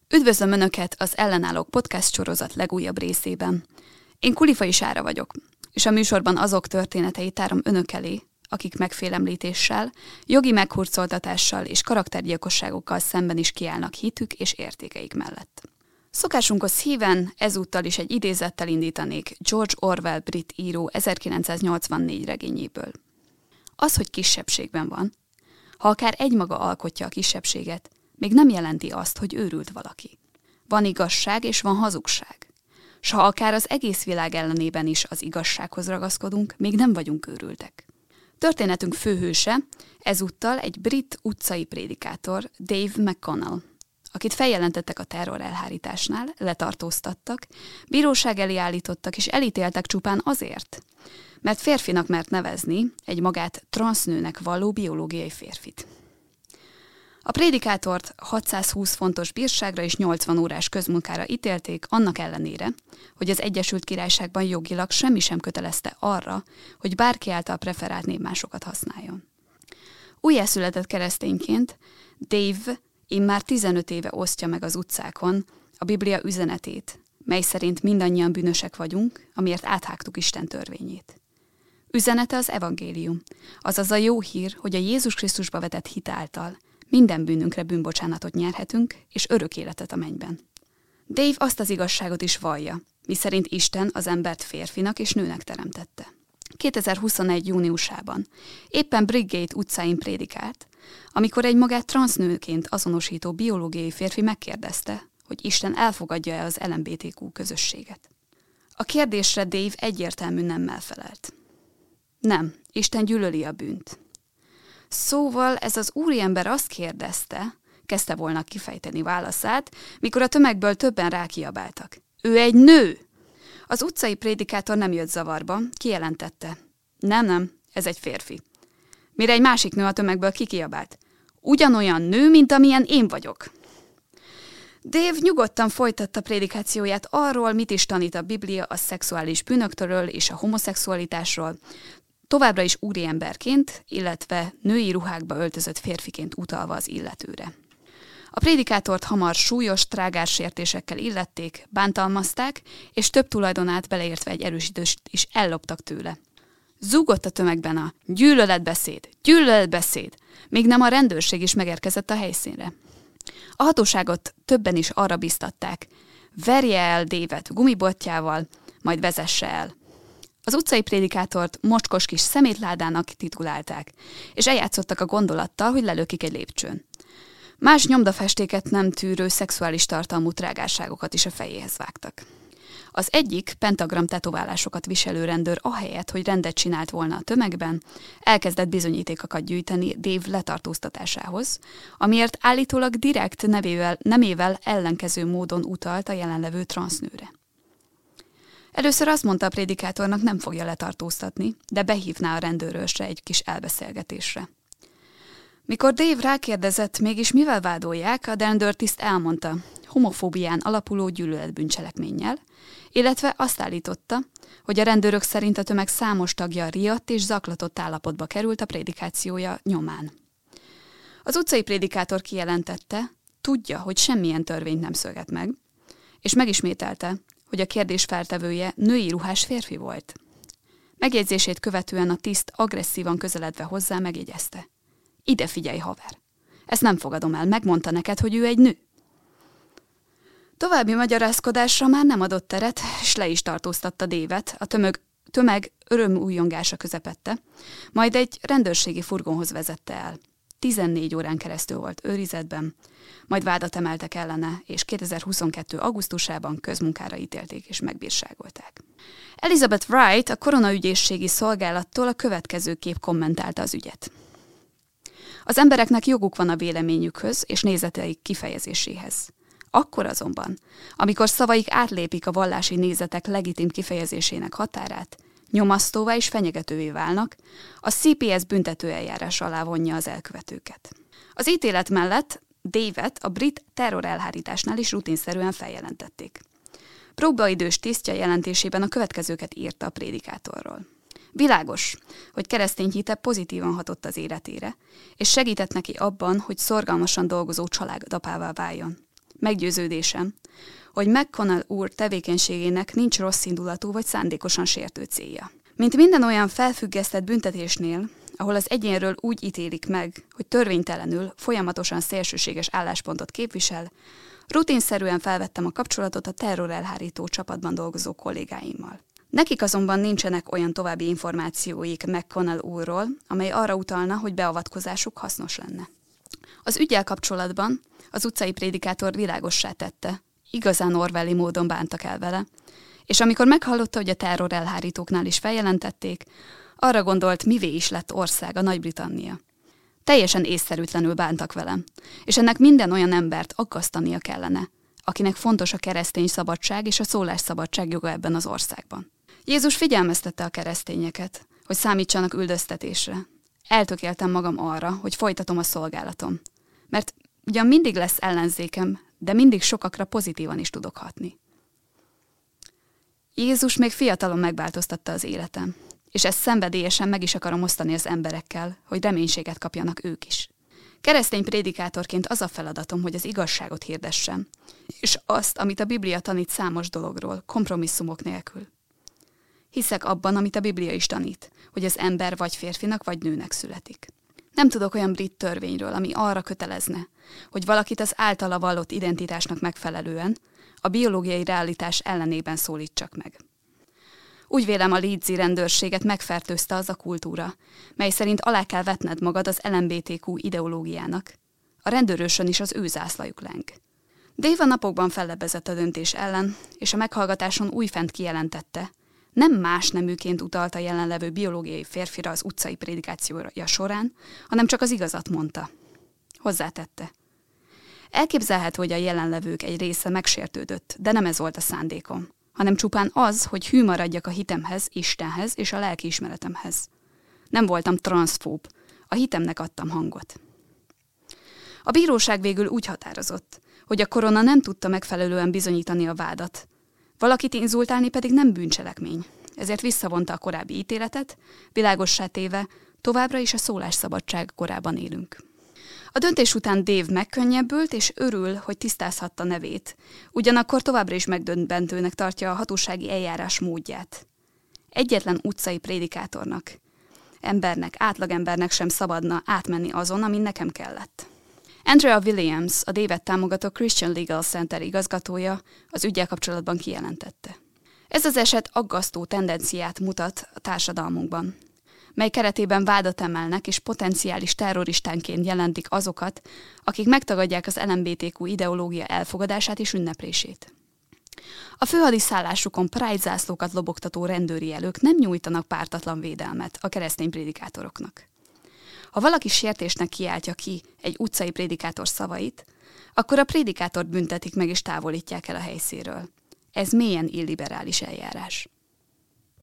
Üdvözlöm Önöket az Ellenállók podcast sorozat legújabb részében. Én Kulifai Sára vagyok, és a műsorban azok történeteit tárom Önök elé, akik megfélemlítéssel, jogi meghurcoltatással és karaktergyilkosságokkal szemben is kiállnak hitük és értékeik mellett. Szokásunkhoz híven ezúttal is egy idézettel indítanék George Orwell brit író 1984 regényéből. Az, hogy kisebbségben van, ha akár egymaga alkotja a kisebbséget, még nem jelenti azt, hogy őrült valaki. Van igazság és van hazugság. S ha akár az egész világ ellenében is az igazsághoz ragaszkodunk, még nem vagyunk őrültek. Történetünk főhőse ezúttal egy brit utcai prédikátor, Dave McConnell, akit feljelentettek a terror elhárításnál, letartóztattak, bíróság elé állítottak és elítéltek csupán azért, mert férfinak mert nevezni egy magát transznőnek valló biológiai férfit. A prédikátort 620 fontos bírságra és 80 órás közmunkára ítélték, annak ellenére, hogy az Egyesült Királyságban jogilag semmi sem kötelezte arra, hogy bárki által preferált névmásokat használjon. Újjászületett keresztényként Dave immár 15 éve osztja meg az utcákon a Biblia üzenetét, mely szerint mindannyian bűnösek vagyunk, amiért áthágtuk Isten törvényét. Üzenete az evangélium, azaz a jó hír, hogy a Jézus Krisztusba vetett hit által minden bűnünkre bűnbocsánatot nyerhetünk, és örök életet a mennyben. Dave azt az igazságot is vallja, miszerint Isten az embert férfinak és nőnek teremtette. 2021. júniusában éppen Briggate utcáin prédikált, amikor egy magát transznőként azonosító biológiai férfi megkérdezte, hogy Isten elfogadja-e az LMBTQ közösséget. A kérdésre Dave egyértelmű nemmel felelt. Nem, Isten gyűlöli a bűnt. Szóval ez az úriember azt kérdezte, kezdte volna kifejteni válaszát, mikor a tömegből többen rákiabáltak. Ő egy nő! Az utcai prédikátor nem jött zavarba, kijelentette. Nem, ez egy férfi. Mire egy másik nő a tömegből kikiabált. Ugyanolyan nő, mint amilyen én vagyok. Dave nyugodtan folytatta prédikációját arról, mit is tanít a Biblia a szexuális bűnöktől és a homoszexualitásról, továbbra is úriemberként, illetve női ruhákba öltözött férfiként utalva az illetőre. A prédikátort hamar súlyos trágársértésekkel illették, bántalmazták, és több tulajdonát beleértve egy erősítőst is elloptak tőle. Zúgott a tömegben a gyűlöletbeszéd, még nem a rendőrség is megérkezett a helyszínre. A hatóságot többen is arra biztatták, verje el Dave-et gumibotjával, majd vezesse el. Az utcai prédikátort mocskos kis szemétládának titulálták, és eljátszottak a gondolattal, hogy lelökik egy lépcsőn. Más nyomdafestéket nem tűrő szexuális tartalmú trágárságokat is a fejéhez vágtak. Az egyik pentagram tetoválásokat viselő rendőr ahelyett, hogy rendet csinált volna a tömegben, elkezdett bizonyítékokat gyűjteni Dave letartóztatásához, amiért állítólag direkt nemével ellenkező módon utalt a jelenlevő transznőre. Először azt mondta a prédikátornak, nem fogja letartóztatni, de behívná a rendőrösre egy kis elbeszélgetésre. Mikor Dave rákérdezett, mégis mivel vádolják, a rendőrtiszt elmondta, homofóbián alapuló gyűlöletbűncselekménnyel, illetve azt állította, hogy a rendőrök szerint a tömeg számos tagja riadt és zaklatott állapotba került a prédikációja nyomán. Az utcai prédikátor kijelentette, tudja, hogy semmilyen törvényt nem szöget meg, és megismételte, hogy a kérdés feltevője női ruhás férfi volt. Megjegyzését követően a tiszt agresszívan közeledve hozzá megjegyezte. Ide figyelj, haver! Ezt nem fogadom el, megmondta neked, hogy ő egy nő. További magyarázkodásra már nem adott teret, és le is tartóztatta Dave-et, a tömeg örömújjongása közepette, majd egy rendőrségi furgonhoz vezette el. 14 órán keresztül volt őrizetben, majd vádat emeltek ellene, és 2022. augusztusában közmunkára ítélték és megbírságolták. Elizabeth Wright a koronaügyészségi szolgálattól a következőképp kommentálta az ügyet. Az embereknek joguk van a véleményükhöz és nézeteik kifejezéséhez. Akkor azonban, amikor szavaik átlépik a vallási nézetek legitim kifejezésének határát, nyomasztóvá és fenyegetővé válnak, a CPS büntetőeljárás alá vonja az elkövetőket. Az ítélet mellett Dave-et a brit terrorelhárításnál is rutinszerűen feljelentették. Próbaidős tisztja jelentésében a következőket írta a prédikátorról. Világos, hogy keresztény hite pozitívan hatott az életére, és segített neki abban, hogy szorgalmasan dolgozó családapává váljon. Meggyőződésem, hogy McConnell úr tevékenységének nincs rosszindulatú vagy szándékosan sértő célja. Mint minden olyan felfüggesztett büntetésnél, ahol az egyénről úgy ítélik meg, hogy törvénytelenül, folyamatosan szélsőséges álláspontot képvisel, rutinszerűen felvettem a kapcsolatot a terrorelhárító csapatban dolgozó kollégáimmal. Nekik azonban nincsenek olyan további információik McConnell úrról, amely arra utalna, hogy beavatkozásuk hasznos lenne. Az üggyel kapcsolatban az utcai prédikátor világossá tette, igazán orwelli módon bántak el vele, és amikor meghallotta, hogy a terrorelhárítóknál is feljelentették, arra gondolt, mivé is lett országa Nagy-Britannia. Teljesen észszerűtlenül bántak velem, és ennek minden olyan embert aggasztania kellene, akinek fontos a keresztény szabadság és a szólásszabadság joga ebben az országban. Jézus figyelmeztette a keresztényeket, hogy számítsanak üldöztetésre. Eltökéltem magam arra, hogy folytatom a szolgálatom, mert ugyan mindig lesz ellenzékem, de mindig sokakra pozitívan is tudok hatni. Jézus még fiatalon megváltoztatta az életem, és ezt szenvedélyesen meg is akarom osztani az emberekkel, hogy reménységet kapjanak ők is. Keresztény prédikátorként az a feladatom, hogy az igazságot hirdessem, és azt, amit a Biblia tanít számos dologról, kompromisszumok nélkül. Hiszek abban, amit a Biblia is tanít, hogy az ember vagy férfinak, vagy nőnek születik. Nem tudok olyan brit törvényről, ami arra kötelezne, hogy valakit az általa vallott identitásnak megfelelően a biológiai realitás ellenében szólítsak meg. Úgy vélem, a Leedsi rendőrséget megfertőzte az a kultúra, mely szerint alá kell vetned magad az LMBTQ ideológiának. A rendőrösön is az ő zászlajuk leng. Dave a napokban fellebbezett a döntés ellen, és a meghallgatáson újfent kijelentette, nem más neműként utalta jelenlevő biológiai férfira az utcai prédikációja során, hanem csak az igazat mondta. Hozzátette. Elképzelhető, hogy a jelenlevők egy része megsértődött, de nem ez volt a szándékom, hanem csupán az, hogy hű maradjak a hitemhez, Istenhez és a lelkiismeretemhez. Nem voltam transzfób, a hitemnek adtam hangot. A bíróság végül úgy határozott, hogy a korona nem tudta megfelelően bizonyítani a vádat. Valakit inzultálni pedig nem bűncselekmény, ezért visszavonta a korábbi ítéletet, világossá téve, továbbra is a szólásszabadság korában élünk. A döntés után Dave megkönnyebbült, és örül, hogy tisztázhatta nevét, ugyanakkor továbbra is megdöbbentőnek tartja a hatósági eljárás módját. Egyetlen utcai prédikátornak, átlagembernek sem szabadna átmenni azon, amin nekem kellett. Andrea Williams, a Dave-et támogató Christian Legal Center igazgatója az üggyel kapcsolatban kijelentette. Ez az eset aggasztó tendenciát mutat a társadalmunkban, mely keretében vádat emelnek és potenciális terroristánként jelentik azokat, akik megtagadják az LMBTQ ideológia elfogadását és ünneplését. A főhadiszállásukon Pride zászlókat lobogtató rendőri jelők nem nyújtanak pártatlan védelmet a keresztény prédikátoroknak. Ha valaki sértésnek kiáltja ki egy utcai prédikátor szavait, akkor a prédikátort büntetik meg és távolítják el a helyszínről. Ez mélyen illiberális eljárás.